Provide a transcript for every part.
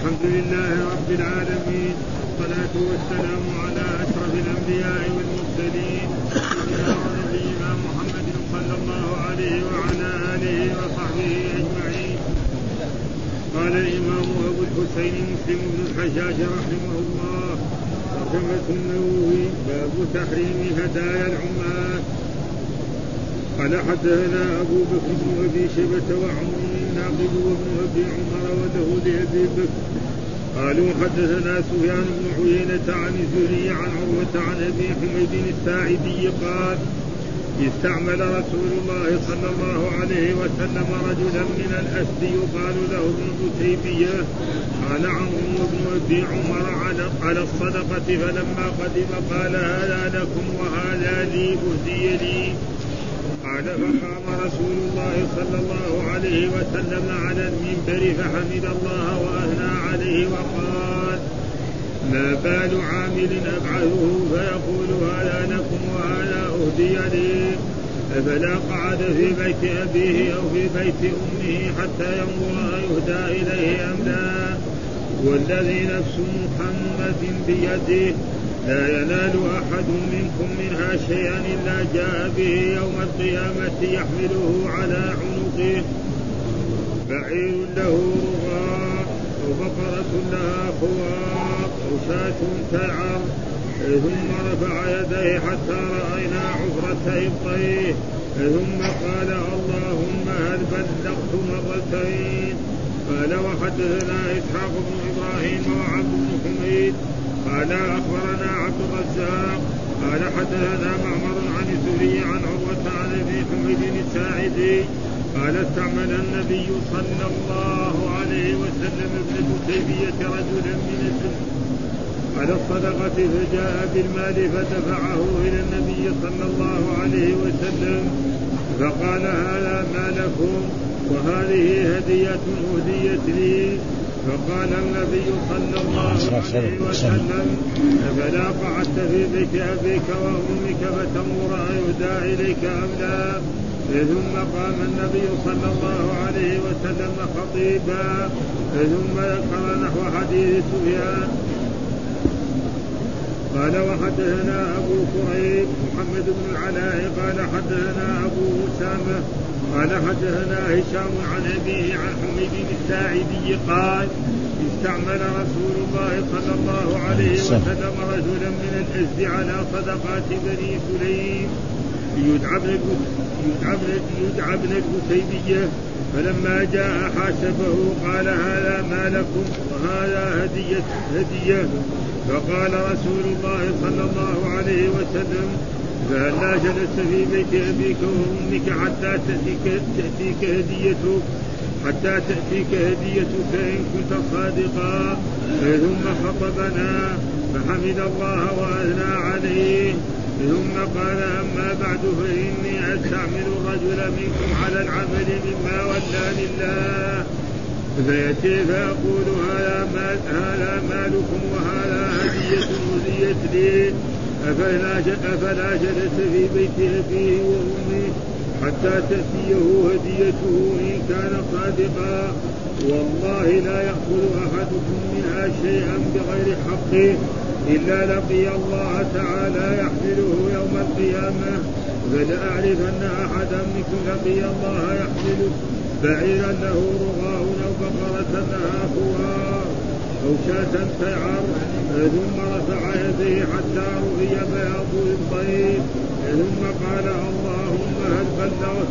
الحمد لله رب العالمين، والصلاة والسلام على أشرف الأنبياء والمرسلين سيدنا ونبينا محمد صلى الله عليه وعلى آله وصحبه أجمعين. قال الإمام أبو الحسين مسلم بن الحجاج رحمه الله: ترجمة النووي باب تحريم هدايا العمال. قال حدثنا أبو بكر بن أبي شيبة وعمر الناقد وابن أبي عمر وله لأبي بكر قالوا حدثنا سفيان بن عيينة عن الزهري عن عروة عن أبي حميد الساعدي قال: استعمل رسول الله صلى الله عليه وسلم رجلا من الأسد يقال له ابن قتيبية. قال عمرو بن أبي عمر على الصدقة، فلما قدم قال: هذا لكم وهذا لي أهدي لي. قال: فقام رسول الله صلى الله عليه وسلم على المنبر فحمد الله وأثنى عليه وقال: ما بال عامل أبعثه فيقول هذا لكم وهذا أهدي لي؟ أفلا قعد في بيت أبيه أو في بيت أمه حتى ينظر أيهدى إليه أم لا؟ والذي نفس محمد بيده لا ينال أحد منكم منها شيئا إلا جاء به يوم القيامة يحمله على عنقه بعير له رغاء أو بقرة لها خوار أو شاة تعر، ثم رفع يديه حتى رأينا عفرة إبطيه، ثم قال: اللهم هل بلغت مرتين؟ قال: وحدثنا إسحاق بن إبراهيم وعبد بن حميد قال: أخبرنا عبد الرزاق قال: حدثنا معمر عن الزهري عن عروة عن أبي حميد الساعدي قال: استعمل النبي صلى الله عليه وسلم ابن قتيبية رجلا من الزهد على الصدقة، فجاء بالمال فدفعه إلى النبي صلى الله عليه وسلم فقال: هذا مالكم وهذه هدية أهديت لي. فقال النبي صلى الله عليه وسلم: أفلا قعدت في بيت أبيك وأمك فتنظر أيهدى إليك أم لا؟ ثم قام النبي صلى الله عليه وسلم خطيبا ثم ذكر نحو حديث سفيان. قال: وحدثنا أبو كريب محمد بن العلاء قال: حدثنا أبو أسامة قال: حدثنا هشام عن أبيه عن حميد الساعدي قال: استعمل رسول الله صلى الله عليه وسلم رجلا من الأزد على صدقات بني سليم يدعى ابن القتيبية، فلما جاء حاسبه قال: هذا مالكم وهذا هدية. فقال رسول الله صلى الله عليه وسلم: فهلا جلست في بيت أبيك وأمك حتى تأتيك هديتك إن كنت صادقا؟ ثم خطبنا فحمد الله وأثنى عليه، ثم قال: أما بعد فإني أستعمل الرجل منكم على العمل مما ولاني الله، فيأتي فيقول: هذا مالكم وهذا هدية أهديت لي. أفلا جلس في بيت أبيه وأمه حتى تأتيه هديته إن كان صادقا؟ والله لا يأخذ أحدكم منها شيئا بغير حقه إلا لقي الله تعالى يحمله يوم القيامة، فلأعرفن أحدا منكم لقي الله يحمله بعيرا له رغاء أو بقرة لها خوار أو شاة تعر، ثم رفع يديه حتى رؤي بياض الطيب، ثم قال: اللهم هل بلغت؟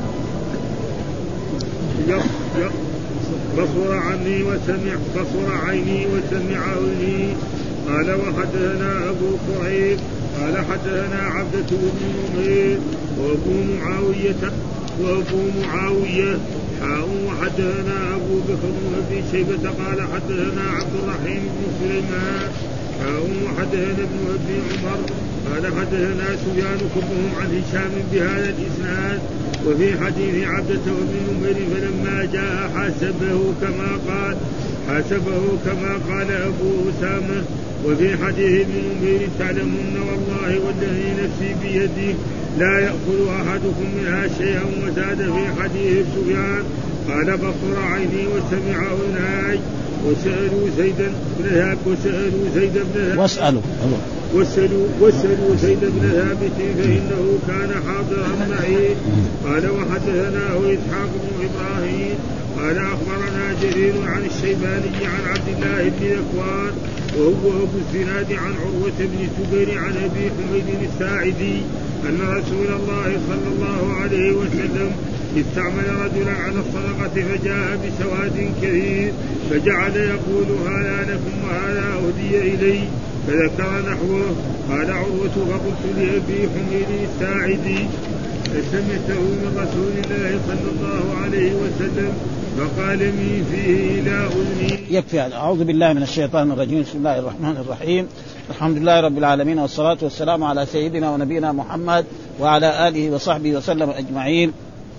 بصر عيني وسمع أذني. قال: وحدثنا أبو كريب قال: حدثنا عبدة بن نمير وأبو معاوية وحدثنا أبو بكر بن أبي شيبة قال: حدثنا عبد الرحيم بن سليمان وحدثنا ابن أبي عمر قال: حدثنا سفيان كلهم عن هشام بهذا الإسناد. وفي حديث عبدة بن نمير فلما جاء حاسبه كما قال أبو أسامة. وفي حديث ابن نمير: تعلمون والله والذي نفسي بيده لا يأخذ أحدكم منها شيئا. وزاد في حديث سفيان قال: بصر عيني وسمع أذناي. وسألوا زيد بن ثابت وسألوا زيد بن ثابت فإنه كان حاضرا معي. قال وحدثناه إسحاق بن إبراهيم قال أخبرنا جرير عن الشيباني عن عبد الله بن ذكوان وهو أبو الزناد عن عروة بن الزبير عن أبي حميد الساعدي أن رسول الله صلى الله عليه وسلم استعمل رجلا على الصدقة فجاء بسواد كثير فجعل يقول هذا لكم وهذا أهدي إلي فذكر نحوه. قال عروة فقلت لأبي حميد الساعدي سمعته من رسول الله صلى الله عليه وسلم فقال لي فيه إلى أذني. يكفي. أعوذ بالله من الشيطان الرجيم. بسم الله الرحمن الرحيم. الحمد لله رب العالمين والصلاة والسلام على سيدنا ونبينا محمد وعلى آله وصحبه وسلم أجمعين.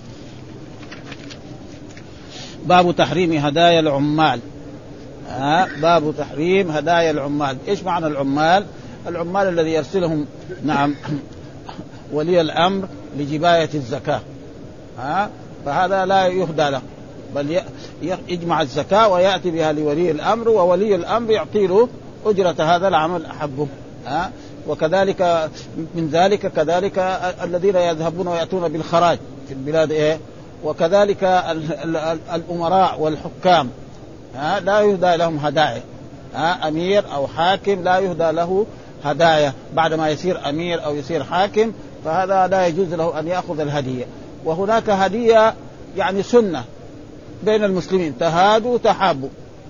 باب تحريم هدايا العمال. باب تحريم هدايا العمال. إيش معنى العمال؟ العمال الذي يرسلهم ولي الأمر لجباية الزكاة، فهذا لا يهدى له، بل يجمع الزكاة ويأتي بها لولي الأمر، وولي الأمر يعطي له أجرة هذا العمل حقه. وكذلك من ذلك كذلك الذين يذهبون ويأتون بالخراج في البلاد وكذلك الأمراء والحكام لا يهدى لهم هدايا. أمير أو حاكم لا يهدى له هدايا بعد ما يصير أمير أو يصير حاكم، فهذا لا يجوز له أن يأخذ الهدية. وهناك هدية يعني سنة بين المسلمين، تهادوا تحابوا.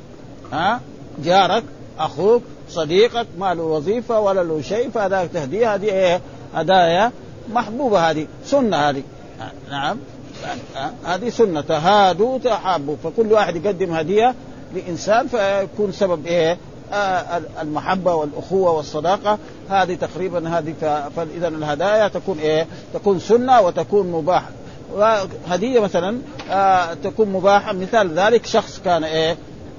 جارك أخوك صديقك ما له وظيفة ولا له شيء، فهذا تهدية، هذه هدايا محبوبة، هذه سنة هذه. نعم هذه سنة، تهادوا تحابوا، فكل واحد يقدم هدية لإنسان فيكون سبب المحبة والأخوة والصداقة. هذه تقريبا هذه. فإذا الهدايا تكون تكون سنة وتكون مباحة. وهدية مثلا تكون مباحة، مثال ذلك شخص كان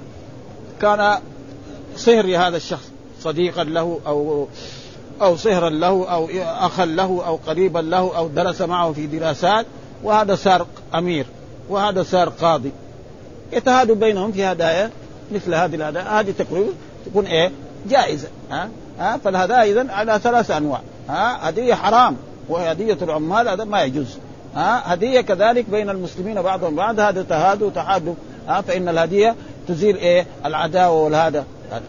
كان صهر لهذا الشخص، صديقا له أو صهرا له أو أخا له أو قريبا له أو درس معه في دراسات، وهذا صار أمير وهذا صار قاضي، يتهادوا بينهم في هدايا مثل هذه الهدايا. هذه تكون جائزة. فالهدايا إذن على 3 أنواع. هدية حرام وهدية العمال هذا ما يجوز. هدية كذلك بين المسلمين بعضهم بعض، هذا تهادوا تحادوا. فإن الهدية تزيل العداوة والهذا.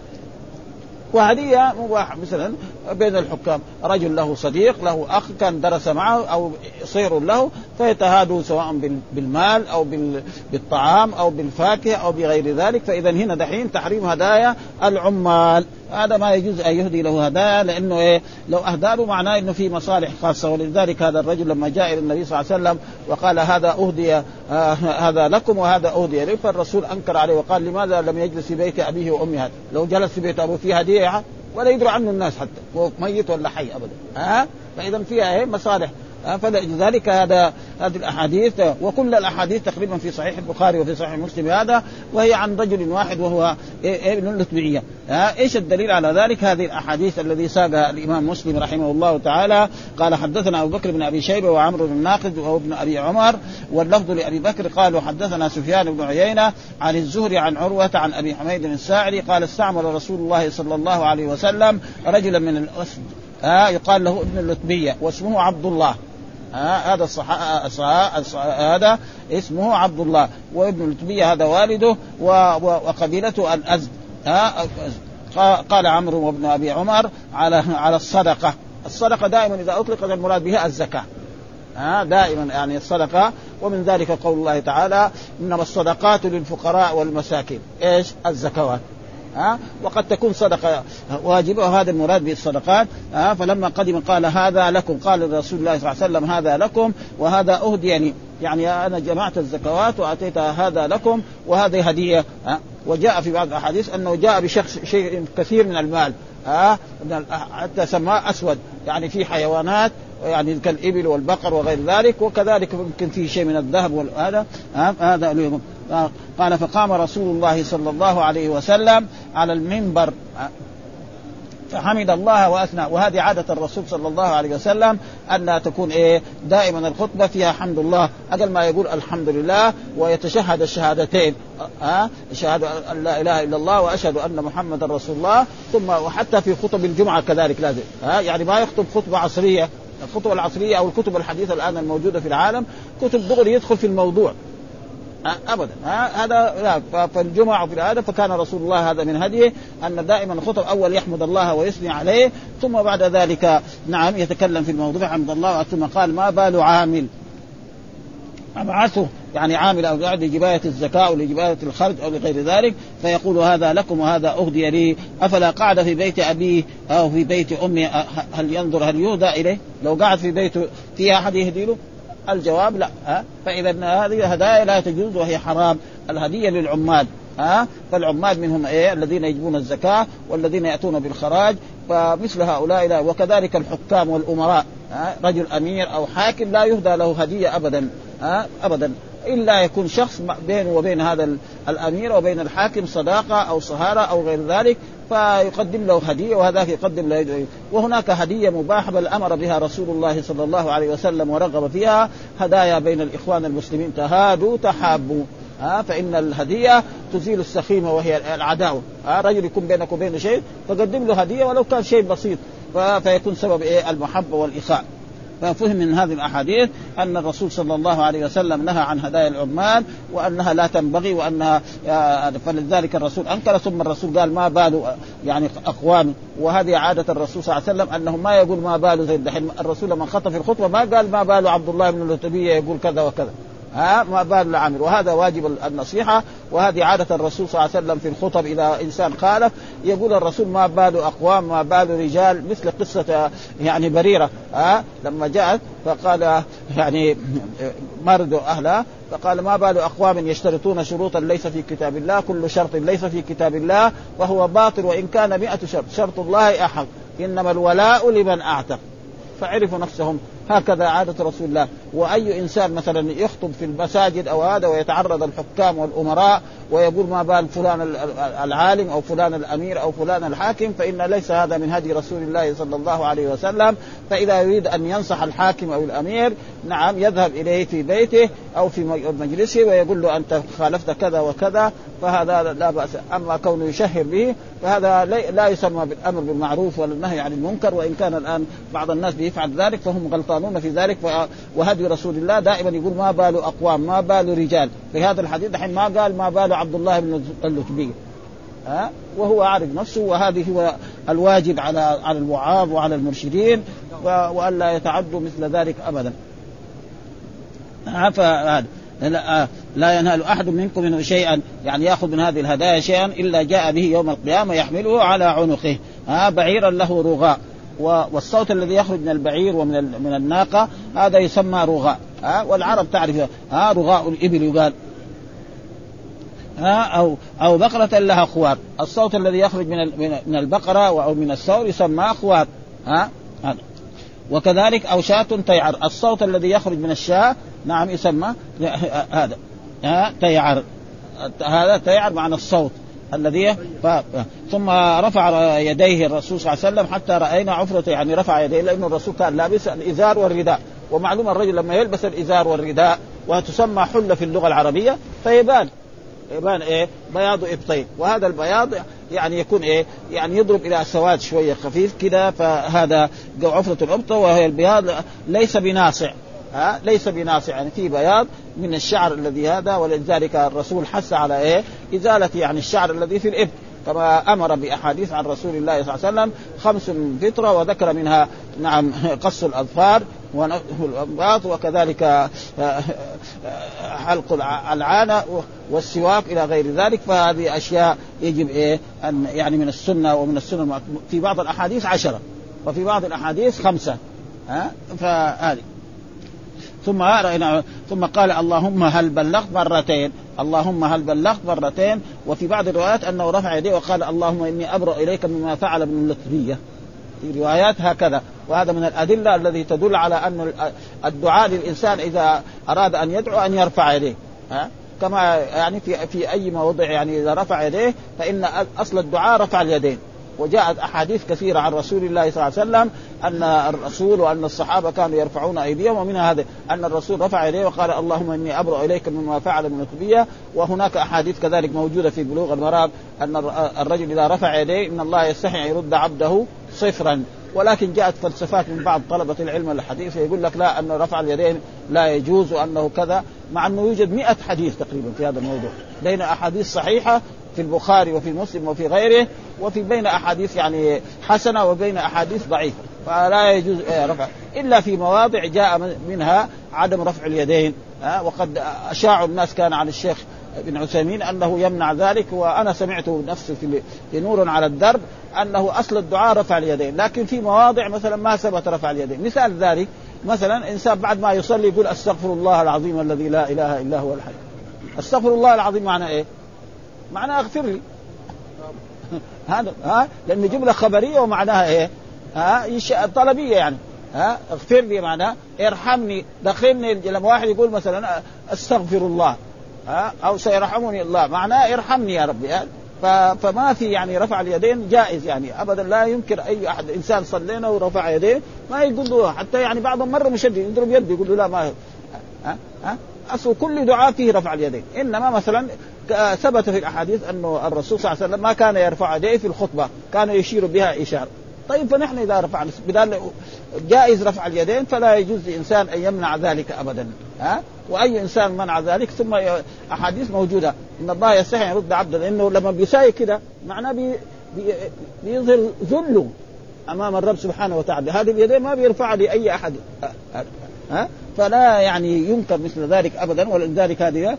وهدية مباح مثلا بين الحكام، رجل له صديق له أخ كان درس معه أو صير له، فيتهادوا سواء بالمال أو بالطعام أو بالفاكهة أو بغير ذلك. فإذا هنا دحين تحريم هدايا العمال، هذا ما يجوز أن يهدي له هدايا، لأنه لو أهداه معناه إنه في مصالح خاصة. ولذلك هذا الرجل لما جاء إلى النبي صلى الله عليه وسلم وقال هذا أهدي هذا لكم وهذا أهدي لي، فالرسول أنكر عليه وقال لماذا لم يجلس في بيت أبيه وأمه؟ لو جلس في بيت أبوه فيه هدية ولا يدري عنه الناس حتى هو ميت ولا حي أبدا. فإذا فيها مصالح. فلذلك هذه الأحاديث وكل الأحاديث تقريبا في صحيح البخاري وفي صحيح مسلم هذا، وهي عن رجل واحد وهو ابن اللتبية. إيش الدليل على ذلك؟ هذه الأحاديث الذي ساقها الإمام مسلم رحمه الله تعالى. قال حدثنا أبو بكر بن أبي شيبة وعمرو بن الناقد وابن أبي عمر، واللفظ لأبي بكر قالوا حدثنا سفيان بن عيينة عن الزهري عن عروة عن أبي حميد الساعدي قال استعمل رسول الله صلى الله عليه وسلم رجلا من الأسد يقال له ابن اللتبية واسمه عبد الله. هذا هذا اسمه عبد الله، وابن اللتبية هذا والده وقبيلته الأزد. قال عمرو وابن أبي عمر على الصدقة. الصدقة دائما إذا أطلقت المراد بها الزكاة، دائما يعني الصدقة. ومن ذلك قول الله تعالى إنما الصدقات للفقراء والمساكين، إيش الزكوات. وقد تكون صدقة واجبة وهذا المراد بالصدقات. فلما قدم قال هذا لكم، قال رسول الله صلى الله عليه وسلم هذا لكم وهذا أهدي، يعني أنا جمعت الزكوات وأتيتها هذا لكم وهذه هدية. وجاء في بعض الأحاديث أنه جاء بشخص شيء كثير من المال، حتى سماه أسود، يعني في حيوانات يعني كالإبل والبقر وغير ذلك، وكذلك ممكن فيه شيء من الذهب والهذا. هذا قال فقام رسول الله صلى الله عليه وسلم على المنبر فحمد الله وأثنى. وهذه عادة الرسول صلى الله عليه وسلم أن تكون دائما الخطبة فيها حمد الله، أقل ما يقول الحمد لله ويتشهد الشهادتين، شهادة أن لا إله إلا الله وأشهد أن محمد رسول الله. ثم وحتى في خطب الجمعة كذلك لازم يعني ما يخطب خطبة عصرية. الخطب العصرية أو الكتب الحديثة الآن الموجودة في العالم كتب دغري يدخل في الموضوع أبدا، هذا لا. فالجمعة في هذا فكان رسول الله هذا من هديه أن دائما الخطب أول يحمد الله ويثني عليه، ثم بعد ذلك نعم يتكلم في الموضوع حمد الله. ثم قال ما بال عامل أبعثه يعني عامل أو قاعد لجباية الزكاة أو لجباية الخرج أو لغير ذلك، فيقول هذا لكم وهذا أهدي لي، أفلا قعد في بيت أبيه أو في بيت أمي هل ينظر هل يهدى إليه؟ لو قعد في بيته فيها أحد يهدي له؟ الجواب لا. فإذا هذه هدايا لا تجوز وهي حرام. الهدية للعمال، فالعمال منهم الذين يجبون الزكاة والذين يأتون بالخراج، فمثل هؤلاء لا. وكذلك الحكام والأمراء، رجل أمير أو حاكم لا يهدى له هدية أبدا أبدا، إلا يكون شخص بينه وبين هذا الأمير وبين الحاكم صداقة أو صهارة أو غير ذلك، فيقدم له هدية وهذاك يقدم له. وهناك هدية مباحة بل أمر بها رسول الله صلى الله عليه وسلم ورغب فيها، هدايا بين الإخوان المسلمين تهادوا تحابوا. فإن الهدية تزيل السخيمة وهي العداوة. رجل يكون بينك وبينه شيء فقدم له هدية ولو كان شيء بسيط، فيكون سبب المحبة والإخاء. ففهم من هذه الأحاديث أن الرسول صلى الله عليه وسلم نهى عن هدايا العمال وأنها لا تنبغي وأنها فلذلك الرسول أنكر. ثم الرسول قال ما بال يعني أقوام، وهذه عادة الرسول صلى الله عليه وسلم أنه ما يقول ما بال زي الدحين. الرسول لما خطب في الخطبة ما قال ما بال عبد الله بن اللتبية يقول كذا وكذا، ما بال العامل. وهذا واجب النصيحة، وهذه عادة الرسول صلى الله عليه وسلم في الخطب. إذا إنسان خالف يقول الرسول ما بال أقوام ما بال رجال، مثل قصة يعني بريرة لما جاءت فقال يعني مرضوا أهلها، فقال ما بال أقوام يشترطون شروطا ليس في كتاب الله، كل شرط ليس في كتاب الله وهو باطل وإن كان 100 شرط، شرط الله أحق، إنما الولاء لمن أعتق. فعرفوا نفسهم. هكذا عادة رسول الله. وأي إنسان مثلا يخطب في المساجد أو هذا ويتعرض الحكام والأمراء ويقول ما بال فلان العالم أو فلان الأمير أو فلان الحاكم، فإن ليس هذا من هدي رسول الله صلى الله عليه وسلم. فإذا يريد أن ينصح الحاكم أو الأمير نعم يذهب إليه في بيته أو في مجلسه ويقول له أنت خالفت كذا وكذا، فهذا لا بأس. أما كونه يشهر به فهذا لا يسمى بالأمر بالمعروف ولا النهي عن المنكر، وإن كان الآن بعض الناس بيفعل ذلك فهم غلطانون في ذلك. وهدي رسول الله دائما يقول ما بال أقوام ما بال رجال. في هذا الحديث دحين ما قال ما بال عبد الله بن اللتبي، وهو عارف نفسه. وهذه هو الواجب على الوعاظ وعلى المرشدين، وألا يتعدوا مثل ذلك أبدا. لا ينال أحد منكم منه شيئا، يعني يأخذ من هذه الهدايا شيئا إلا جاء به يوم القيامة يحمله على عنقه بعيرا له رغاء. والصوت الذي يخرج من البعير ومن الناقة هذا يسمى رغاء. والعرب تعرف رغاء الإبل يقال، أو بقرة لها خوار. الصوت الذي يخرج من البقرة أو من الثور يسمى خوار. وكذلك أو شاة تيعر، الصوت الذي يخرج من الشاة نعم يسمى هذا تيعر. هذا تيعر معنى الصوت الذي ثم رفع يديه الرسول صلى الله عليه وسلم حتى رأينا عفرته، يعني رفع يديه لأنه الرسول كان لابس الإزار والرداء. ومعلوم الرجل لما يلبس الإزار والرداء وتسمى حلة في اللغة العربية فيبان بياض إبطين، وهذا البياض يعني يكون يعني يضرب إلى سواد شوية خفيف كده، فهذا عفرة الإبطة. وهي البياض ليس بناصع ليس بناصع، يعني في بياض من الشعر الذي هذا. ولذلك الرسول حث على إزالة يعني الشعر الذي في الإبط، كما أمر بأحاديث عن رسول الله صلى الله عليه وسلم 5 فطرة، وذكر منها نعم قص الأظفار والأنباط، وكذلك حلق العانة والسواك إلى غير ذلك. فهذه أشياء يجب أن يعني من السنة، ومن السنة في بعض الأحاديث 10 وفي بعض الأحاديث 5 فهذه. ثم قال اللهم هل بلغت مرتين، اللهم هل بلغت مرتين. وفي بعض الروايات أنه رفع يديه وقال اللهم إني أبرأ إليك مما فعل ابن اللتبية، في روايات هكذا. وهذا من الأدلة الذي تدل على أن الدعاء للإنسان إذا أراد أن يدعو أن يرفع يديه، كما يعني في أي موضع يعني إذا رفع يديه فإن أصل الدعاء رفع اليدين، وجاءت أحاديث كثيرة عن رسول الله صلى الله عليه وسلم أن الرسول وأن الصحابة كانوا يرفعون أيديهم، ومنها هذا أن الرسول رفع يديه وقال اللهم إني أبرأ إليك مما فعل من الكبية. وهناك أحاديث كذلك موجودة في بلوغ المرام أن الرجل إذا رفع يديه إن الله يستحي أن يرد عبده صفرا. ولكن جاءت فلسفات من بعض طلبة العلم الحديث يقول لك لا، أن رفع اليدين لا يجوز وأنه كذا، مع أنه يوجد 100 حديث تقريبا في هذا الموضوع، بين أحاديث صحيحة في البخاري وفي مسلم وفي غيره، وفي بين أحاديث يعني حسنة وبين أحاديث ضعيفة، فلا يجوز رفع إلا في مواضع جاء منها عدم رفع اليدين. وقد أشاع الناس كان عن الشيخ ابن عثيمين أنه يمنع ذلك، وأنا سمعته نفسه في نور على الدرب أنه أصل الدعاء رفع اليدين، لكن في مواضع مثلا ما ثبت رفع اليدين. مثال ذلك مثلا إنسان بعد ما يصلي يقول أستغفر الله العظيم الذي لا إله إلا هو الحي. أستغفر الله العظيم معنى إيه؟ معنى أغفر لي. هذا لأن جملة خبرية ومعناها إيه؟ طلبية يعني. اغفر لي معناه ارحمني، دخلني. لما واحد يقول مثلا أستغفر الله أو سيرحمني الله، معناه ارحمني يا ربي. فما في يعني رفع اليدين جائز يعني أبدا، لا يمكن أي أحد إنسان صلينا ورفع يديه ما يقول له، حتى يعني بعضهم مرة مشدد يضرب يده يقول له لا ما أصل كل دعاء فيه رفع اليدين. إنما مثلا ثبت في الأحاديث أنه الرسول صلى الله عليه وسلم ما كان يرفع يديه في الخطبة، كان يشير بها إشارة. طيب فنحن إذا رفعنا بدال جائز رفع اليدين فلا يجوز لإنسان أن يمنع ذلك أبدا. وأي إنسان منع ذلك. ثم أحاديث موجودة إن الله يستحي يرد عبدا، لأنه لما بيساوي كده معناه بيظهر ذله أمام الرب سبحانه وتعالى. هذه اليدين ما بيرفع لأي أحد فلا يعني ينكر مثل ذلك أبدا. ولذلك هذه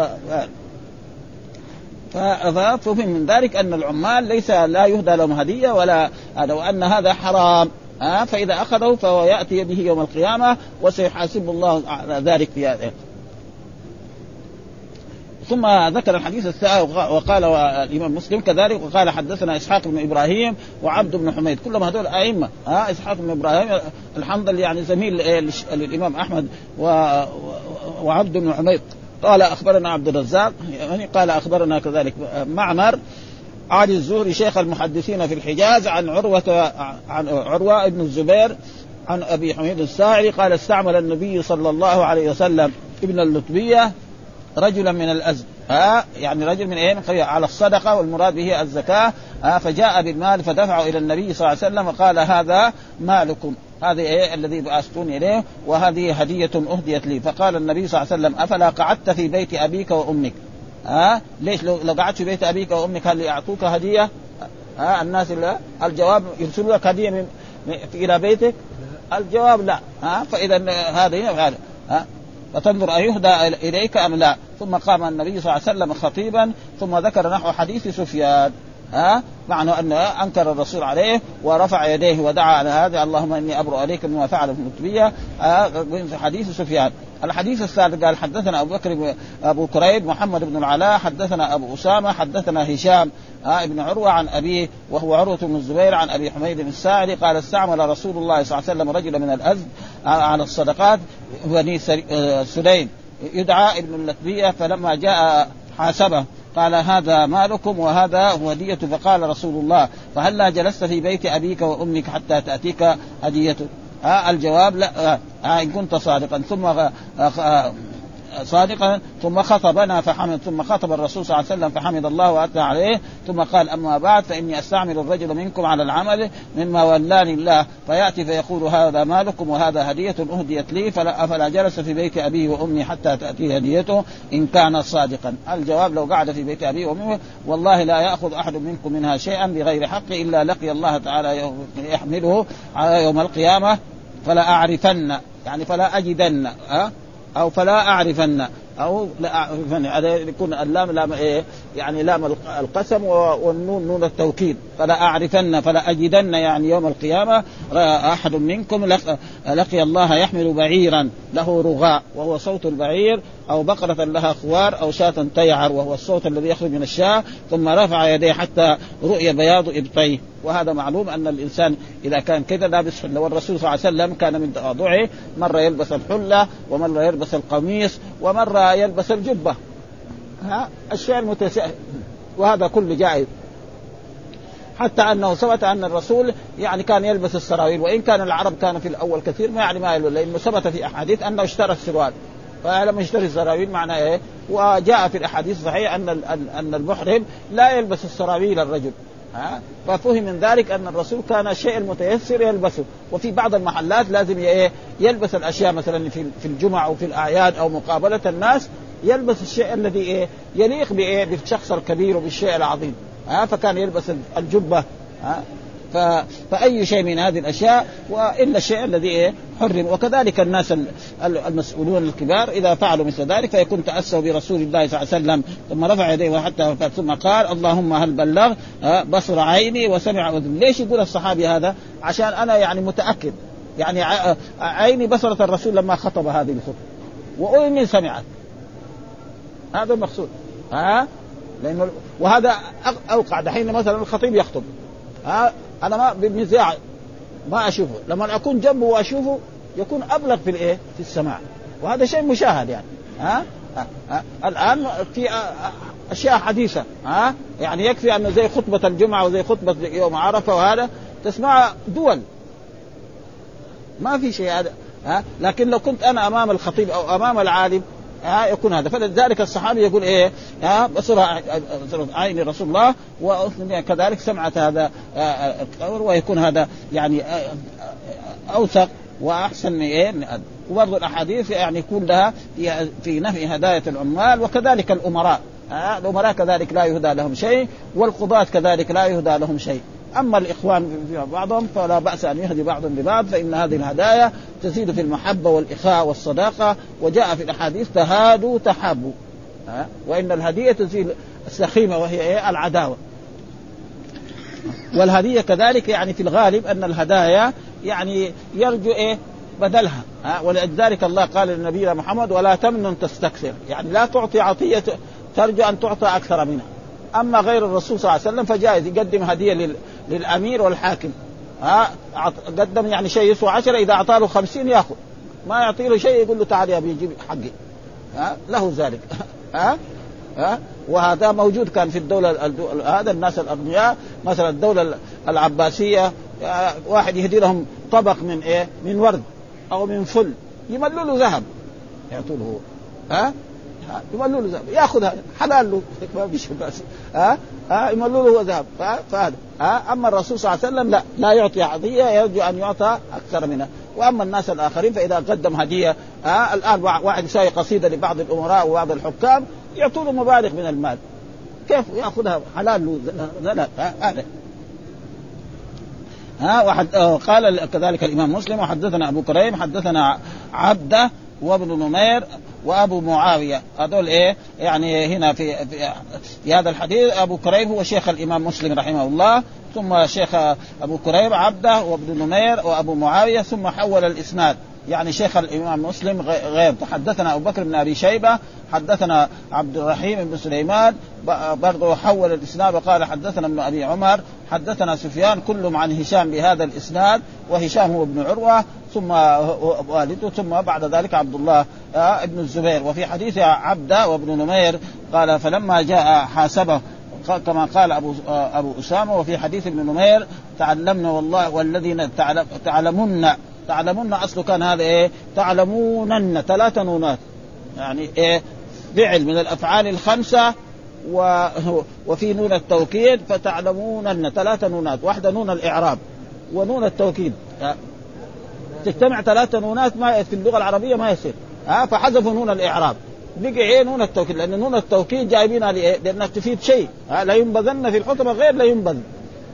ففهم من ذلك أن العمال ليس لا يهدى لهم هدية ولا هذا، وأن هذا حرام. فإذا أخذه فهو يأتي به يوم القيامة وسيحاسب الله على ذلك في هذا. ثم ذكر الحديث الثاني وقال الإمام مسلم كذلك، وقال حدثنا إسحاق بن إبراهيم وعبد بن حميد، كلهم هذول أئمة. إسحاق بن إبراهيم الحنظلي يعني زميل للإمام أحمد، وعبد بن حميد قال أخبرنا عبد الرزاق يعني قال أخبرنا كذلك معمر عن الزهري شيخ المحدثين في الحجاز عن عروة ابن الزبير عن أبي حميد الساعدي قال استعمل النبي صلى الله عليه وسلم ابن اللطبية رجلا من الأزد، يعني رجل من إيه على الصدقة والمراد به الزكاة، فجاء بالمال فدفعه إلى النبي صلى الله عليه وسلم وقال هذا مالكم، هذا إيه الذي بعثتوني إليه وهذه هدية أهديت لي. فقال النبي صلى الله عليه وسلم أفلا قعدت في بيت أبيك وأمك؟ ليش لو قعدت في بيت أبيك وأمك هل يعطوك هدية؟ الناس اللي الجواب يرسلوا لك هدية إلى بيتك؟ الجواب لا. فإذا هذا فتنظر أيهدى إليك أم لا. ثم قام النبي صلى الله عليه وسلم خطيبا ثم ذكر نحو حديث سفيان، معنى أنه أنكر الرسول عليه ورفع يديه ودعا على هذا اللهم إني أبرأ عليك مما فعل في النتبية حديث سفيان. الحديث الثالث قال حدثنا أبو بكر أبو كريب محمد بن العلاء حدثنا أبو أسامة حدثنا هشام ابن عروة عن أبيه وهو عروة بن الزبير عن أبي حميد الساعدي قال استعمل رسول الله صلى الله عليه وسلم رجلا من الأزد على الصدقات بني سليم يدعى ابن اللتبية، فلما جاء حاسبه قال هذا مالكم وهذا هدية، فقال رسول الله فهلا جلست في بيت أبيك وأمك حتى تأتيك هديته؟ الجواب لا إن كنت صادقا. ثم خطبنا فحمد، ثم خطب الرسول صلى الله عليه وسلم فحمد الله وأثنى عليه، ثم قال أما بعد فإني أستعمل الرجل منكم على العمل مما ولاني الله فيأتي فيقول هذا مالكم وهذا هدية أهديت لي، فلا جلس في بيت أبيه وأمي حتى تأتي هديته إن كان صادقا. الجواب لو قعد في بيت أبيه وأمه والله لا يأخذ أحد منكم منها شيئا بغير حق إلا لقي الله تعالى يحمله على يوم القيامة فلا أعرفن، يعني فلا أجدن أو فلا أعرفن أو لا أعرفن، هذا يكون اللام لام إيه يعني لام القسم والنون نون التوكيد. فلا أعرفن فلا أجدن يعني يوم القيامة أحد منكم لقي الله يحمل بعيرا له رغاء وهو صوت البعير أو بقرة لها خوار أو شاة تيعر وهو الصوت الذي يخرج من الشاة، ثم رفع يديه حتى رؤي بياض إبطيه. وهذا معلوم أن الإنسان إذا كان كذا لابس حلة، والرسول صلى الله عليه وسلم كان من تواضعه مرة يلبس الحلة ومرة يلبس القميص ومرة يلبس الجبة، الشيء المتساهل، وهذا كله جائز. حتى أنه ثبت أن الرسول يعني كان يلبس السراويل، وإن كان العرب كانوا في الأول كثير ما يلبس، لأنه ثبت في أحاديث أنه اشترى السروال، فلما يشتري السراويل معناه إيه؟ وجاء في الأحاديث الصحيحة أن المحرم لا يلبس السراويل الرجل، ففهم من ذلك أن الرسول كان الشيء المتيسر يلبسه. وفي بعض المحلات لازم يلبس الأشياء مثلا في الجمعة أو في الأعياد أو مقابلة الناس، يلبس الشيء الذي يليق بالشخص الكبير وبالشيء العظيم، فكان يلبس الجبة، فأي شيء من هذه الأشياء وإلا الشيء الذي حرم. وكذلك الناس المسؤولون الكبار إذا فعلوا مثل ذلك فيكون تأسوا برسول الله صلى الله عليه وسلم، ثم رفع يديه حتى ثم قال اللهم هل بلغ بصر عيني وسمع أذن. ليش يقول الصحابي هذا؟ عشان أنا يعني متأكد يعني عيني بصرت الرسول لما خطب هذه الخطبة وأذني سمعت، هذا المقصود. لأنه وهذا أوقع دحين مثلا الخطيب يخطب، أنا ما بمزاع ما أشوفه، لما أكون جنبه وأشوفه يكون أبلغ في السماع، وهذا شيء مشاهد يعني. الآن في أشياء حديثة، يعني يكفي أنه زي خطبة الجمعة وزي خطبة يوم عرفة وهذا تسمع دول، ما في شيء هذا. لكن لو كنت أنا أمام الخطيب أو أمام العالم يكون هذا. فلذلك الصحابي يقول بصر عين رسول الله وكذلك سمعت هذا، ويكون هذا يعني أوثق وأحسن من وبرضو الأحاديث يعني يكون لها في نفي هداية العمال. وكذلك الأمراء كذلك لا يهدى لهم شيء، والقضاة كذلك لا يهدى لهم شيء. أما الإخوان بعضهم فلا بأس أن يهدي بعضهم ببعض، فإن هذه الهدايا تزيد في المحبة والإخاء والصداقة. وجاء في الأحاديث تهادوا تحابوا، وإن الهدية تزيد السخيمة وهي العداوة. والهدية كذلك يعني في الغالب أن الهدايا يعني يرجو بدلها، ولذلك الله قال للنبي محمد ولا تمنن تستكثر، يعني لا تعطي عطية ترجو أن تعطى أكثر منها. أما غير الرسول صلى الله عليه وسلم فجائز يقدم هدية للأمير والحاكم، قدم يعني شيء يسوى 10، إذا أعطاه 50 يأخذ، ما يعطي له شيء يقول له تعال يا أبي جيب حقي، له ذلك. وهذا موجود كان في الدولة هذا الناس الأغنياء مثلا الدولة العباسية، واحد يهدي لهم طبق من ورد أو من فل يملوا له ذهب يعطوا له، يملوا له ذهب ياخذها حلال له ما فيش بأس، يملوا له ذهب. فهذا أما الرسول صلى الله عليه وسلم لا يعطي عطية يرجو أن يعطى أكثر منها. وأما الناس الآخرين فإذا قدم هدية، الآن واحد يساوي قصيدة لبعض الأمراء وبعض الحكام يعطوا له مبالغ من المال، كيف يأخذها حلال له؟ قال كذلك الإمام مسلم وحدثنا أبو كريم حدثنا عبده وابن نمير وأبو معاوية. هذول يعني هنا في هذا الحديث أبو كريم هو شيخ الإمام مسلم رحمه الله، ثم شيخ أبو كريم عبده وابن نمير وأبو معاوية، ثم حول الإسناد يعني شيخ الإمام مسلم غير. تحدثنا أبو بكر بن أبي شيبة حدثنا عبد الرحيم بن سليمان برضو حول الإسناد وقال حدثنا ابن أبي عمر حدثنا سفيان كلهم عن هشام بهذا الإسناد، وهشام هو ابن عروة ثم والده ثم بعد ذلك عبد الله ابن الزبير. وفي حديث عبده وابن نمير قال فلما جاء حاسبه كما قال أبو أسامة. وفي حديث ابن نمير تعلمنا والله والذين تعلمون أصله كان هذا تعلمونن 3 نونات، يعني فعل من الأفعال الخمسة وفي نون التوكيد، فتعلمونن 3 نونات، واحدة نون الإعراب ونون التوكيد، تجتمع 3 نونات ما في اللغة العربية ما يصير، فحذفوا نون الإعراب بقي نون التوكيد، لأن نون التوكيد جايبينها لأنها تفيد شيء، لا ينبذن في الحطمة غير لا ينبذن.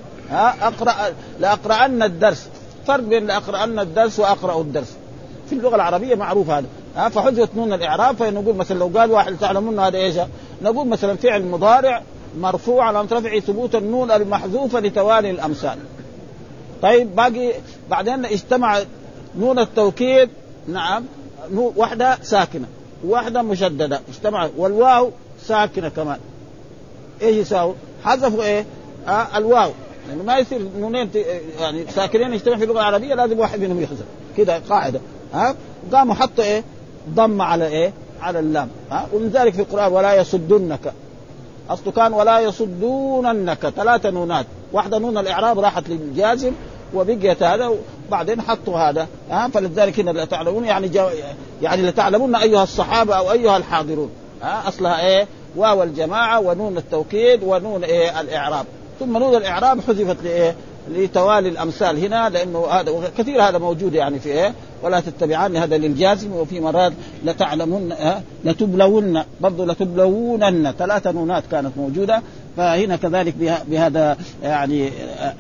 لأقرأن الدرس، فرق بين لأقرأن الدرس وأقرأ الدرس في اللغة العربية معروف هذا، فحذفت نون الإعراب. فنقول مثلا لو قال واحد تعلمون هذا إيش، نقول مثلا فعل مضارع مرفوع على رفعه ثبوت النون المحذوفة لتوالي الأمثال. طيب باقي بعدين اجتمع نون التوكيد، نعم واحدة ساكنة واحدة مشددة اجتمع، والواو ساكنة كمان، ايش يساوي؟ حذفوا الواو، يعني ما يصير نونين يعني ساكنين يجتمع في اللغة العربية لازم واحد منهم يحذف، كده قاعدة. قاموا حطوا ضم على على اللام، ومن ذلك في القرآن ولا يصدونك، أصله كان ولا يصدوننك 3 نونات، واحدة نون الإعراب راحت للجازم وبقيت هذا، وبعدين حطوا هذا فلذلك هنا لا تعلمون يعني لا تعلمون أيها الصحابة أو أيها الحاضرون أصلها واو الجماعة ونون التوكيد ونون الإعراب، ثم نون الإعراب حذفت لتوالي الأمثال هنا، لأنه هذا كثير هذا موجود يعني في ولا تتبعان هذا للجازم، وفي مرات لتعلمون لتبلون برضو لتبلونن 3 نونات كانت موجودة، فهنا كذلك بهذا يعني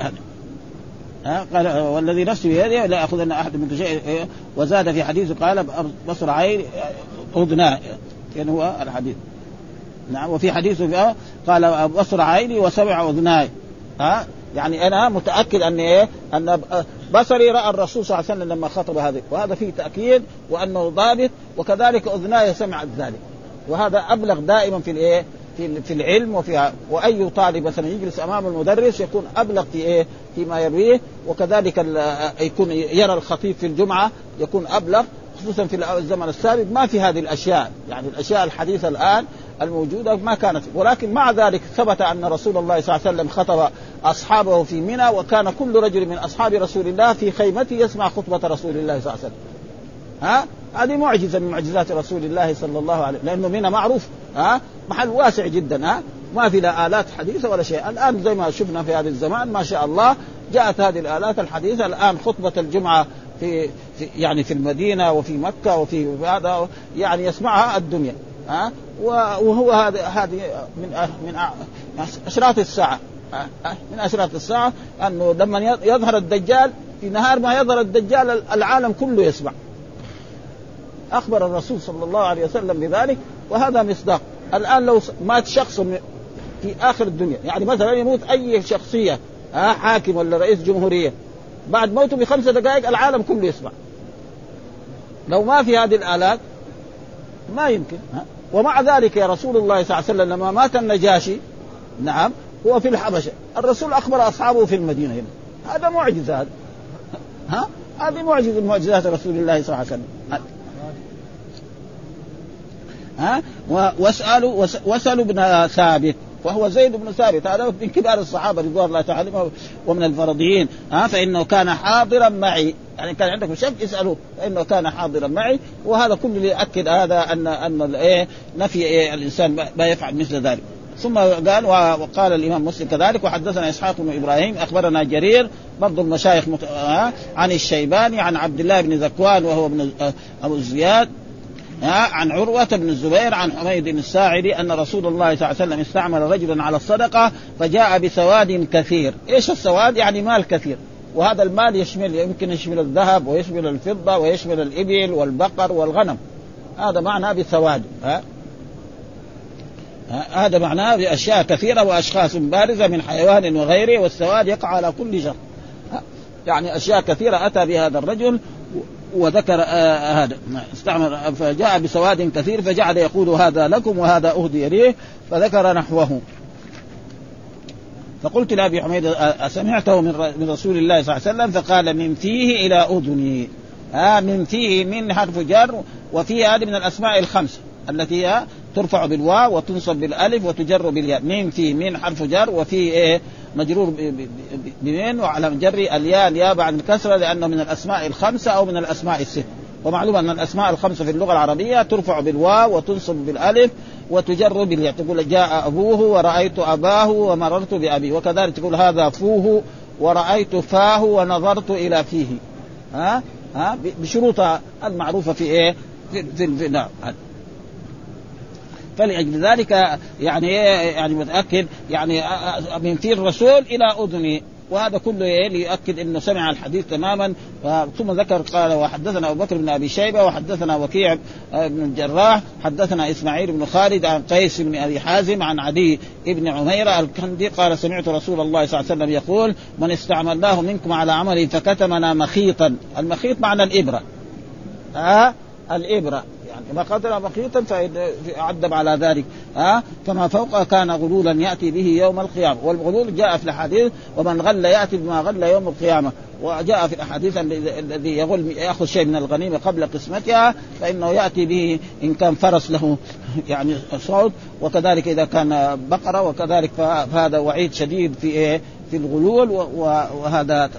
قال والذي نفسي بيده لا أخذن أحد من شيء، وزاد في حديثه قال بصر عين أذناه، يعني هو الحديث نعم. وفي حديثه قال بصر عيني وسمع أذناي، يعني أنا متأكد أن بصري رأى الرسول صلى الله عليه وسلم لما خطب هذا، وهذا فيه تأكيد وأنه ضابط، وكذلك أذناي سمعت ذلك، وهذا أبلغ دائما في العلم وفيها. وأي طالب مثلا يجلس أمام المدرس يكون أبلغ فيما يرويه، وكذلك يكون يرى الخطيب في الجمعة يكون أبلغ، خصوصا في الزمن السابق ما في هذه الأشياء، يعني الأشياء الحديثة الآن الموجودة ما كانت. ولكن مع ذلك ثبت أن رسول الله صلى الله عليه وسلم خطب أصحابه في منى، وكان كل رجل من أصحاب رسول الله في خيمته يسمع خطبة رسول الله صلى الله عليه وسلم. هذه معجزة من معجزات رسول الله صلى الله عليه وسلم، لأنه منى معروف محل واسع جدا، ما في لا آلات حديثة ولا شيء. الآن زي ما شفنا في هذا الزمان ما شاء الله جاءت هذه الآلات الحديثة، الآن خطبة الجمعة يعني في المدينة وفي مكة وفي هذا يعني يسمعها الدنيا، وهو هذه من أشراط الساعة، من أشراط الساعة أنه لما يظهر الدجال في نهار ما يظهر الدجال العالم كله يسمع. أخبر الرسول صلى الله عليه وسلم بذلك، وهذا مصداق. الآن لو مات شخص في آخر الدنيا، يعني مثلا يموت أي شخصية حاكم ولا رئيس جمهورية، بعد موته ب5 دقائق العالم كله يسمع. لو ما في هذه الآلات ما يمكن. ومع ذلك يا رسول الله صلى الله عليه وسلم لما مات النجاشي نعم هو في الحبشة، الرسول أخبر أصحابه في المدينة هنا. هذا معجزة، هذه معجزة من معجزات رسول الله صلى الله عليه وسلم. واسألوا ابن ثابت، وهو زيد بن ثابت، هذا من كبار الصحابة رضوان الله تعالى ومن الفرضيين، فإنه كان حاضرا معي، يعني كان عندكم شك اسألوه، فإنه كان حاضرا معي. وهذا كله ليأكد هذا أن نفي الإنسان ما يفعل مثل ذلك. ثم قال وقال الإمام مسلم كذلك وحدثنا إسحاق بن إبراهيم أخبرنا جرير برضو المشايخ عن الشيباني عن عبد الله بن ذكوان وهو ابن أبو الزياد عن عروة بن الزبير عن حميد الساعدي أن رسول الله صلى الله عليه وسلم استعمل رجلا على الصدقة فجاء بسواد كثير. إيش السواد؟ يعني مال كثير، وهذا المال يمكن يشمل الذهب ويشمل الفضة ويشمل الإبل والبقر والغنم، هذا معناه بسواد. هذا معناه بأشياء كثيرة وأشخاص بارزة من حيوان وغيره، والسواد يقع على كل شر، يعني أشياء كثيرة أتى بهذا الرجل وذكر هذا استعمل. فجاء بسواد كثير فجعل يقول هذا لكم وهذا أهدي ليه، فذكر نحوه. فقلت لأبي حميد أسمعته من رسول الله صلى الله عليه وسلم؟ فقال من فيه إلى أذني. من فيه من حرف جر، وفيه هذه من الأسماء الخمسة التي ترفع بالواو وتنصب بالالف وتجر بالياء. من فيه من حرف جر، وفي مجرور بمن وعلى جر الياء بعد الكسرة، لأنه من الأسماء الخمسة أو من الأسماء الست. ومعلوم أن الأسماء الخمسة في اللغة العربية ترفع بالواو وتنصب بالالف وتجر بالياء. تقول جاء أبوه ورأيت أباه ومررت بأبيه، وكذلك تقول هذا فوه ورأيت فاه ونظرت إلى فيه، بشروطها المعروفة في نعم. فلأجل ذلك يعني متأكد يعني من في الرسول إلى أذني، وهذا كله ليؤكد أنه سمع الحديث تماما. ثم ذكر قال وحدثنا أبو بكر بن أبي شيبة وحدثنا وكيع بن الجراح حدثنا إسماعيل بن خالد عن قيس بن أبي حازم عن عدي بن عميرة الكندي قال سمعت رسول الله صلى الله عليه وسلم يقول من استعملناه منكم على عمل فكتمنا مخيطا. المخيط معنى الإبرة، الإبرة يعني ما قدر مخيطا فيعذب على ذلك، فما فوق كان غلولا يأتي به يوم القيامة. والغلول جاء في الحديث ومن غل يأتي بما غل يوم القيامة، وجاء في الأحاديث الذي يغل يأخذ شيء من الغنيمة قبل قسمتها فإنه يأتي به إن كان فرس له يعني صوت، وكذلك إذا كان بقرة، وكذلك فهذا وعيد شديد في الغلول وهذا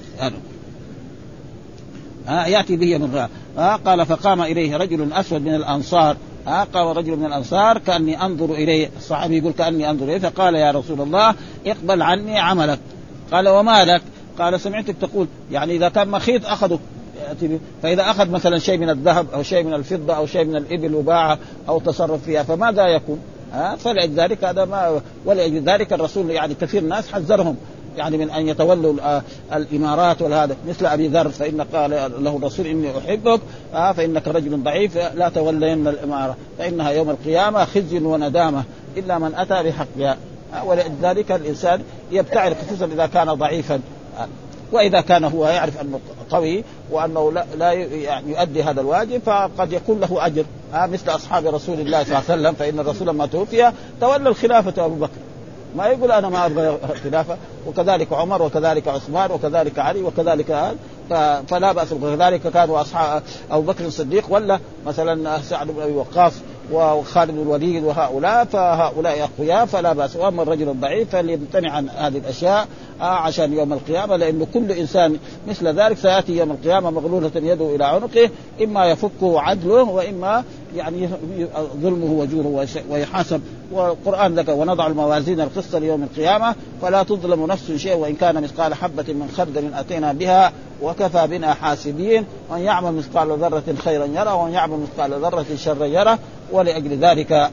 يأتي به من غير. قال فقام إليه رجل أسود من الأنصار. قام رجل من الأنصار كأني أنظر إليه. الصحابي يقول كأني أنظر إليه، فقال يا رسول الله اقبل عني عملك. قال وما لك؟ قال سمعتك تقول يعني إذا كان مخيط أخذه، فإذا أخذ مثلا شيء من الذهب أو شيء من الفضة أو شيء من الإبل وباعه أو تصرف فيها فماذا يكون؟ فلذلك هذا ما، ولذلك الرسول يعني كثير ناس حذرهم يعني من أن يتولوا الإمارات والهذا، مثل أبي ذر فإن قال له الرسول إني أحبك فإنك رجل ضعيف لا تولين الإمارة فإنها يوم القيامة خزي وندامة إلا من أتى بحقها. ولذلك الإنسان يبتعد خصوصا إذا كان ضعيفا، وإذا كان هو يعرف أنه قوي وأنه لا يعني يؤدي هذا الواجب فقد يكون له أجر، مثل أصحاب رسول الله صلى الله عليه وسلم. فإن الرسول لما توفي تولى الخلافة أبو بكر، ما يقول أنا ما أبغى خلافة، وكذلك عمر وكذلك عثمان وكذلك علي وكذلك فلا بأس. وكذلك كانوا أصحاب أبو بكر الصديق ولا مثلا سعد بن أبي وقاص وخالد بن الوليد وهؤلاء، فهؤلاء أقوياء فلا بأس. وأما الرجل الضعيف فليمتنع عن هذه الأشياء عشان يوم القيامة، لأنه كل إنسان مثل ذلك سيأتي يوم القيامة مغلولة يده إلى عنقه، إما يفكه عدله وإما يعني ظلمه وجوره ويحاسب. والقرآن ذكر ونضع الموازين القسط ليوم القيامة فلا تظلم نفس شيء وإن كان مثقال حبة من خردل أتينا بها وكفى بنا حاسبين، وأن يعمل مثقال ذرة خيرا يره وأن يعمل مثقال ذرة شرا يره. ولأجل ذلك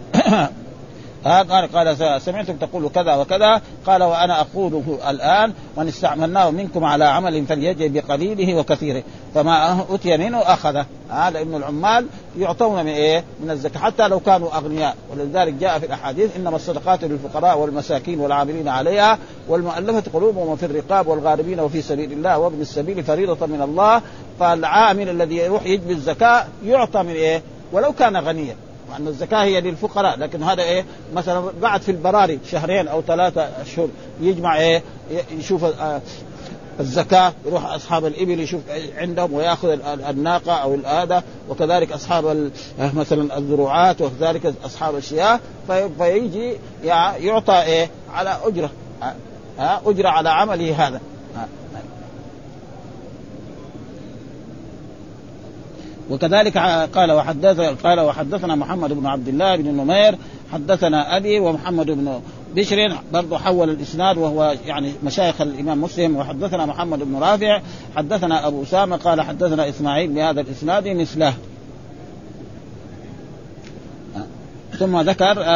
قال سمعتم تقول كذا وكذا. قال وأنا أقوله الآن من استعملناه منكم على عمل فليجد بقليله وكثيره فما أتي منه أخذه. لأن العمال يعطون من إيه؟ من الزكاة حتى لو كانوا أغنياء. ولذلك جاء في الأحاديث إنما الصدقات للفقراء والمساكين والعاملين عليها والمؤلفة قلوبهم وفي الرقاب والغاربين وفي سبيل الله وابن السبيل فريضة من الله. فالعامل الذي يروح يجبي الزكاة يعطى من إيه؟ ولو كان غنيا، وأن الزكاة هي للفقراء. لكن هذا إيه مثلا قعد في البراري 2 أو 3 أشهر يجمع إيه يشوف الزكاة، يروح أصحاب الإبل يشوف عندهم ويأخذ الناقة أو الآدة، وكذلك أصحاب مثلا الزروعات وكذلك أصحاب الشياه فيجي يعطى إيه على أجرة أجرة على عمله هذا. وكذلك قال وحدثنا محمد بن عبد الله بن نمير حدثنا أبي ومحمد بن بشر برضو حول الإسناد وهو يعني مشايخ الإمام مسلم. وحدثنا محمد بن رافع حدثنا أبو أسامة قال حدثنا إسماعيل بهذا الإسناد مثله. ثم ذكر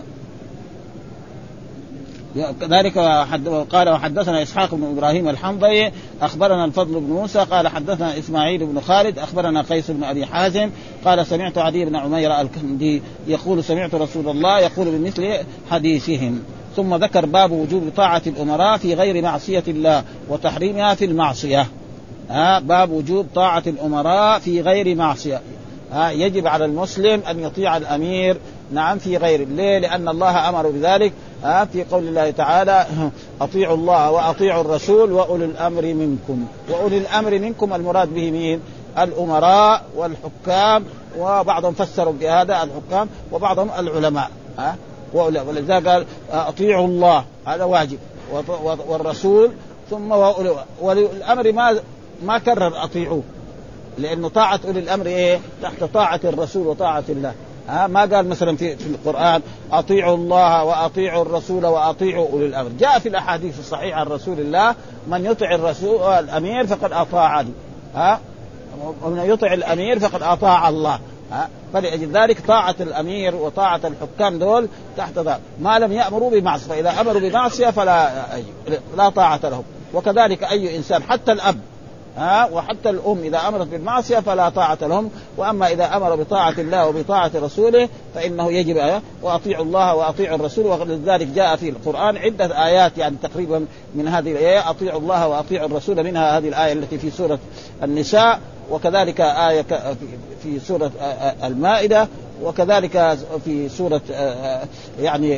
كذلك قال وحدثنا إسحاق بن إبراهيم الحنظلي أخبرنا الفضل بن موسى قال حدثنا إسماعيل بن خالد أخبرنا قيس بن أبي حازم قال سمعت عدي بن عمير الكندي يقول سمعت رسول الله يقول بمثل حديثهم. ثم ذكر باب وجوب طاعة الأمراء في غير معصية الله وتحريمها في المعصية. باب وجوب طاعة الأمراء في غير معصية. يجب على المسلم أن يطيع الأمير نعم في غيره. ليه؟ لأن الله أمر بذلك في قول الله تعالى أطيعوا الله وأطيعوا الرسول وأولي الأمر منكم. وأولي الأمر منكم المراد به مين؟ الأمراء والحكام، وبعضهم فسروا بهذا الحكام وبعضهم العلماء. ولذلك قال أطيعوا الله هذا واجب والرسول ثم وأولي الأمر ما كرر أطيعوه، لأنه طاعة أولي الأمر إيه؟ تحت طاعة الرسول وطاعة الله. ما قال مثلا في القرآن أطيعوا الله وأطيعوا الرسول وأطيعوا أولي الأمر. جاء في الأحاديث الصحيحة عن رسول الله من يطع الرسول الأمير فقد أطاعني، ومن يطع الأمير فقد أطاع الله. فلأجل ذلك طاعة الأمير وطاعة الحكام دول تحت ذلك ما لم يأمروا بمعصية، فإذا أمروا بمعصية لا طاعة لهم. وكذلك أي إنسان حتى الأب وحتى الأم إذا أمرت بالمعصية فلا طاعة لهم. وأما إذا أمر بطاعة الله وبطاعة رسوله فإنه يجب وأطيعوا الله وأطيعوا الرسول. ولذلك جاء في القرآن عدة آيات يعني تقريبا من هذه الآية أطيعوا الله وأطيعوا الرسول، منها هذه الآية التي في سورة النساء، وكذلك آية في سورة المائدة، وكذلك في سورة يعني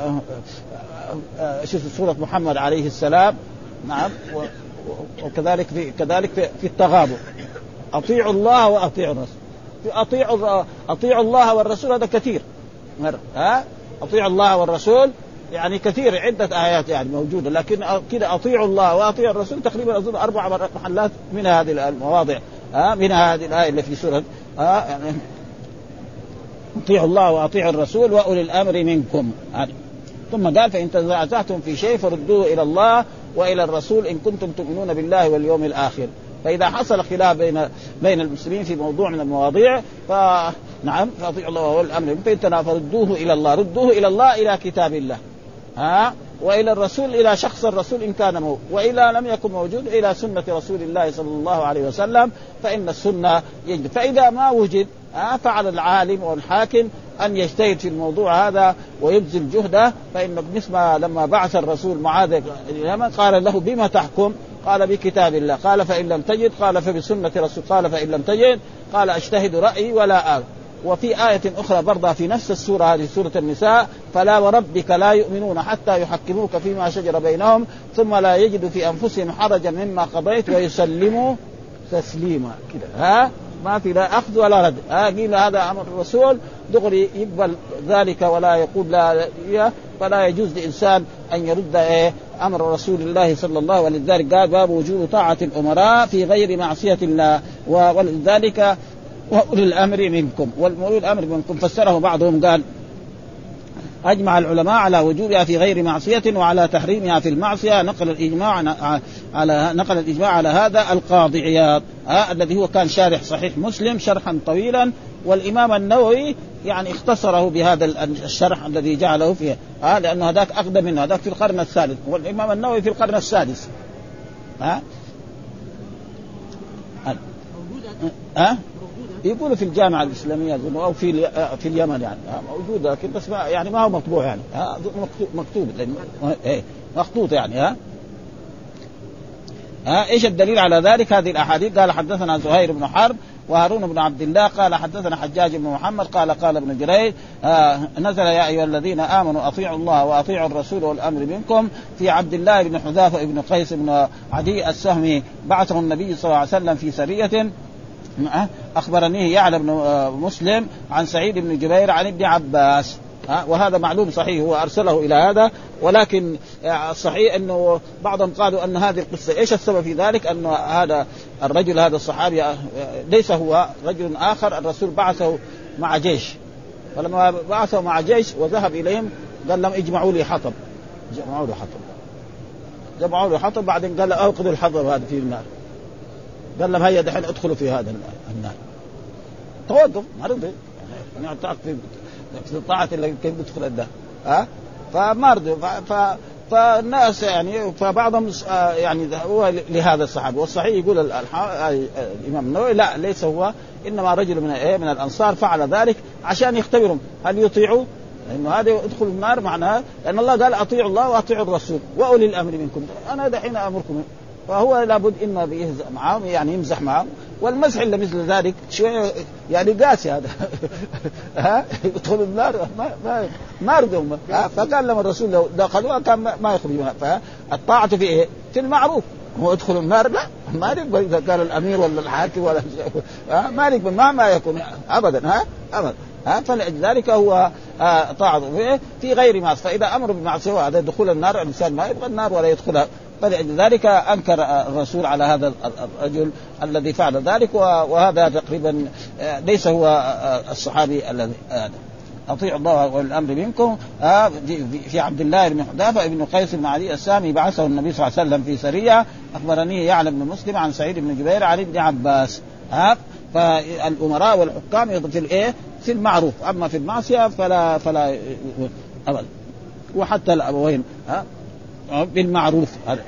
سورة محمد عليه السلام نعم. وكذلك في التغابن أطيعوا الله وأطيعوا الرسول. أطيعوا الله والرسول هذا كثير مرة. أطيعوا الله والرسول يعني كثير عدة آيات يعني موجودة، لكن كده أطيعوا الله وأطيعوا الرسول تقريبا أظن 4 محلات من هذه المواضع، من هذه الآية اللي في سورة يعني أطيعوا الله وأطيعوا الرسول وأولي الأمر منكم. ثم قال فإن تنازعتم في شيء فردوه إلى الله وإلى الرسول إن كنتم تؤمنون بالله واليوم الآخر. فإذا حصل خلاف بين المسلمين في موضوع من المواضيع فنعم فأطيعوا الله وأولي الأمر منكم فردوه إلى الله، ردوه إلى الله إلى كتاب الله وإلى الرسول إلى شخص الرسول إن كان موجود، وإذا لم يكن موجود إلى سنة رسول الله صلى الله عليه وسلم فإن السنة يجب. فإذا ما وجد فعلى العالم والحاكم أن يجتهد في الموضوع هذا ويبذل جهده. فإن بالنسبة لما بعث الرسول معاذ اليمن قال له بما تحكم؟ قال بكتاب الله. قال فإن لم تجد؟ قال فبسنة رسول. قال فإن لم تجد؟ قال أجتهد رأيي ولا آل. وفي آية أخرى برضه في نفس السورة هذه سورة النساء فلا وربك لا يؤمنون حتى يحكموك فيما شجر بينهم ثم لا يجدوا في أنفسهم حرجا مما قضيت ويسلموا تسليما. كده ما في لا أخذ ولا رد. قيل هذا أمر الرسول دغري يقبل ذلك ولا يقول لا، فلا يجوز لإنسان أن يرد أمر رسول الله صلى الله عليه وسلم. ولذلك قال باب وجوب طاعة الأمراء في غير معصية الله. ولذلك وأولي الأمر منكم، وأولي الأمر منكم فسره بعضهم قال أجمع العلماء على وجوبها في غير معصية وعلى تحريمها في المعصية. نقل الإجماع على هذا القاضي عياض الذي هو كان شارح صحيح مسلم شرحا طويلا، والإمام النووي يعني اختصره بهذا الشرح الذي جعله فيه لأنه هذاك أقدم منه، هذاك في القرن الثالث والإمام النووي في القرن السادس. يقولوا في الجامعة الإسلامية أو في اليمن يعني موجود، لكن بس يعني ما هو مطبوع يعني مكتوب مخطوط يعني. إيش الدليل على ذلك؟ هذه الأحاديث. قال حدثنا زهير بن حرب وهارون بن عبد الله قال حدثنا حجاج بن محمد قال ابن جرير نزل يا أيها الذين آمنوا أطيعوا الله وأطيعوا الرسول والأمر منكم في عبد الله بن حذافة بن قيس بن عدي السهمي بعثه النبي صلى الله عليه وسلم في سرية. أخبرنيه يعلى بن مسلم عن سعيد بن جبير عن ابن عباس. وهذا معلوم صحيح هو أرسله إلى هذا، ولكن الصحيح أنه بعضهم قالوا أن هذه القصة إيش السبب في ذلك؟ أن هذا الرجل هذا الصحابي ليس هو رجل آخر، الرسول بعثه مع جيش، فلما بعثه مع جيش وذهب إليهم قال لهم اجمعوا لي حطب، جمعوا له حطب بعدين قال أوقدوا الحطب هذا في النار، قال لهم هيا دحين ادخلوا في هذا النار. توقف ما رضي يعني في الطاعة اللي كيف تدخل النار فما رضي. فالناس يعني فبعضهم يعني هو لهذا الصحابي. والصحيح يقول الإمام النووي لا ليس هو، إنما رجل من الأنصار فعل ذلك عشان يختبرهم هل يطيعوا، لأنه هذا يدخل النار معناها لأن الله قال أطيعوا الله وأطيعوا الرسول وأولي الأمر منكم، أنا دحين أمركم. فهو لابد إما بيهزأ معهم يعني يمزح معهم، والمزح اللي مثل ذلك شوية يعني قاسي هذا يدخل النار ما رضوا. فقال لما الرسول لو دخلوها كان ما يخرجوا. فالطاعة في إيه؟ في المعروف. هو يدخل النار لا ما نقبل إذا قال الأمير ولا الحاكم ولا ما نقبل ما يكون أبدا أبدا. فلذلك هو طاعة في غير معصية. فإذا أمر بمعصية هذا دخول النار الإنسان ما يبغى النار ولا يدخلها. فلذلك أنكر الرسول على هذا الرجل الذي فعل ذلك. وهذا تقريبا ليس هو الصحابي الذي أطيعوا الله والأمر منكم. في عبد الله بن حذافة بن قيس بن عدي السامي بعثه النبي صلى الله عليه وسلم في سرية. أخبرني يعلى بن مسلم عن سعيد بن جبير عن ابن عباس. فالأمراء والحكام في المعروف، أما في المعصية فلا أبدا. وحتى الأبوين بالمعروف.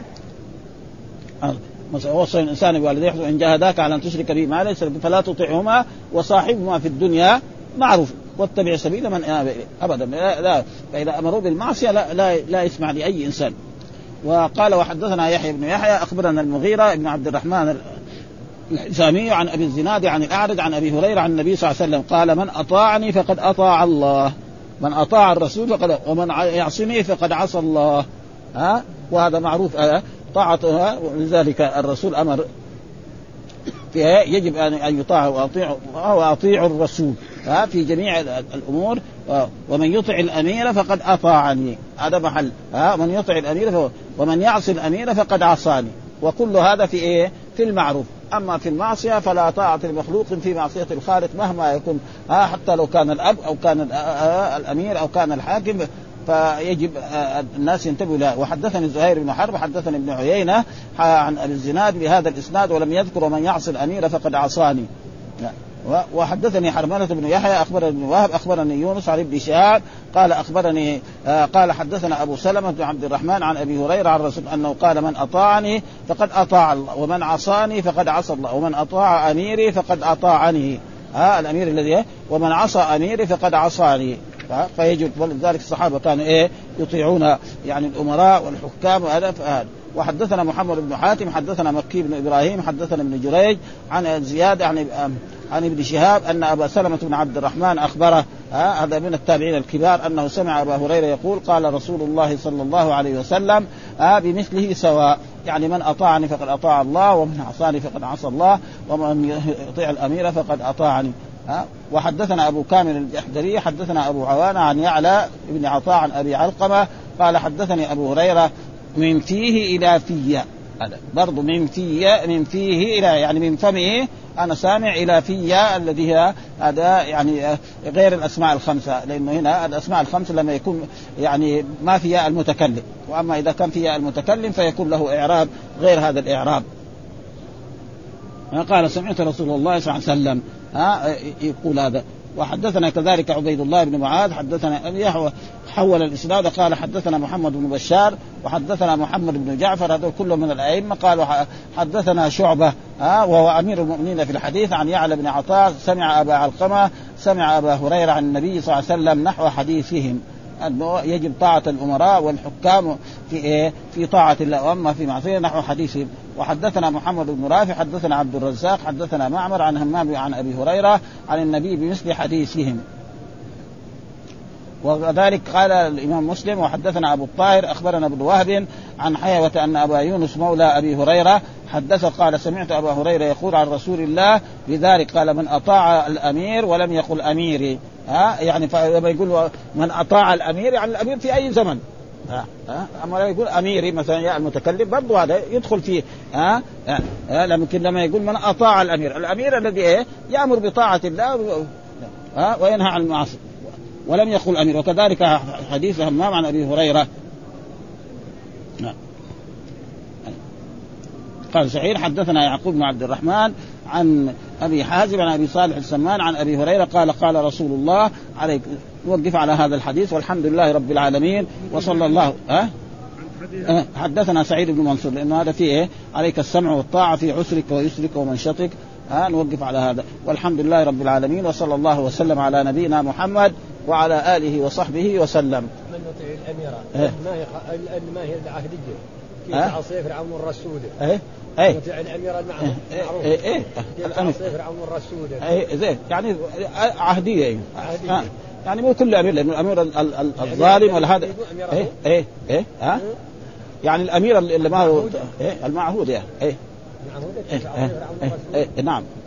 وصى الإنسان بوالديه إن جاهداك على أن تشرك به ما ليس لك فلا تطعهما وصاحبهما في الدنيا معروف واتبع سبيل من أناب إليه. أبدا لا. فإذا أمروا بالمعصية لا يسمع لأي إنسان. وقال وحدثنا يحيى بن يحيى أخبرنا المغيرة ابن عبد الرحمن الحزامي عن أبي الزناد عن الأعرج عن أبي هريرة عن النبي صلى الله عليه وسلم قال من أطاعني فقد أطاع الله، من أطاع الرسول فقد، ومن يعصني فقد عصى الله. وهذا معروف طاعتها. ولذلك الرسول أمر فيها يجب أن يطاع وأطيع الرسول. في جميع الأمور. ومن يطع الأمير فقد أطاعني، هذا محل من يطع الأمير ومن يعصي الأمير فقد عصاني. وكل هذا في إيه؟ في المعروف. أما في المعصية فلا طاعة لمخلوق في معصية الخالق مهما يكون، حتى لو كان الأب أو كان الأمير أو كان الحاكم، فيجب الناس ينتبهوا له. وحدثني زهير بن حرب حدثني ابن عيينة عن أبي الزناد بهذا الإسناد ولم يذكر ومن يعصي الأمير فقد عصاني. وحدثني حرملة بن يحيى أخبرني ابن وهب أخبرني يونس عن ابن شهاب قال أخبرني قال حدثنا أبو سلمة بن عبد الرحمن عن أبي هريرة عن الرسول أنه قال من أطاعني فقد أطاع الله ومن عصاني فقد عصى الله ومن أطاع أميري فقد أطاعني. الأمير الذي ومن عصى أميري فقد عصاني. فيجب، ولذلك الصحابة كانوا يطيعون يعني الأمراء والحكام وهذا. وحدثنا محمد بن حاتم حدثنا مكي بن إبراهيم حدثنا ابن جريج عن زياد عن ابن شهاب أن أبا سلمة بن عبد الرحمن أخبره، هذا من التابعين الكبار، أنه سمع أبا هريرة يقول قال رسول الله صلى الله عليه وسلم بمثله سواء، يعني من أطاعني فقد أطاع الله ومن عصاني فقد عصى الله ومن يطيع الأمير فقد أطاعني. وحدثنا أبو كامل الجحدري حدثنا أبو عوانة عن يعلى بن عطاء عن أبي علقمة قال حدثني أبو هريرة من فيه إلى فيه، هذا برضو من فيه إلى يعني من فمه أنا سامع إلى فيه الذي هي هذا يعني غير الأسماء الخمسة، لأنه هنا الأسماء الخمسة لما يكون يعني ما فيها المتكلم، وأما إذا كان فيها المتكلم فيكون له إعراب غير هذا الإعراب. قال سمعت رسول الله صلى الله عليه وسلم يقول هذا. وحدثنا كذلك عبيد الله بن معاذ حدثنا أبي حول الإسناد قال حدثنا محمد بن بشار وحدثنا محمد بن جعفر، هذول كلهم من الأئمة. قالوا حدثنا شعبة وهو أمير المؤمنين في الحديث عن يعلى بن عطاء سمع أبا علقمة سمع أبا هريرة عن النبي صلى الله عليه وسلم نحو حديثهم، أنه يجب طاعة الأمراء والحكام في طاعة الله، وأما في معصية نحو حديثهم. وحدثنا محمد بن رافع حدثنا عبد الرزاق حدثنا معمر عن همام عن أبي هريرة عن النبي بمثل حديثهم. وذلك قال الإمام مسلم وحدثنا أبو الطاهر أخبرنا ابن وهب عن حيوة أن أبا يونس مولى أبي هريرة حدث قال سمعت أبا هريرة يقول عن رسول الله بذلك قال من أطاع الأمير ولم يقل أميري، يعني فلما يقول من أطاع الأمير يعني الأمير في أي زمن، أما لما يقول أميري مثلا يا المتكلم برضو هذا يدخل فيه، لكن لما يقول من أطاع الأمير الذي يأمر بطاعة الله وينهى عن المعاصي ولم يقل أمير. وكذلك حديث همام عن أبي هريرة قال سعيد حدثنا يعقوب بن عبد الرحمن عن أبي حازم عن أبي صالح السمان عن أبي هريرة قال قال رسول الله عليك. نوقف على هذا الحديث والحمد لله رب العالمين وصلى الله. حدثنا سعيد بن منصور لأنه هذا فيه عليك السمع والطاعة في عسرك ويسرك ومنشطك. نوقف على هذا والحمد لله رب العالمين وصلى الله وسلم على نبينا محمد وعلى آله وصحبه وسلم. من يطيع الأميرة ما هي العهدية كيف عصي فرعون الرسول يطيع الأميرة المعروف كيف عصي فرعون الرسول زين يعني عهدية يعني مو كل أمير، لأنه الأمير الظالم ولا هذا يعني الأمير اللي ما هو المعهود يعني نعم.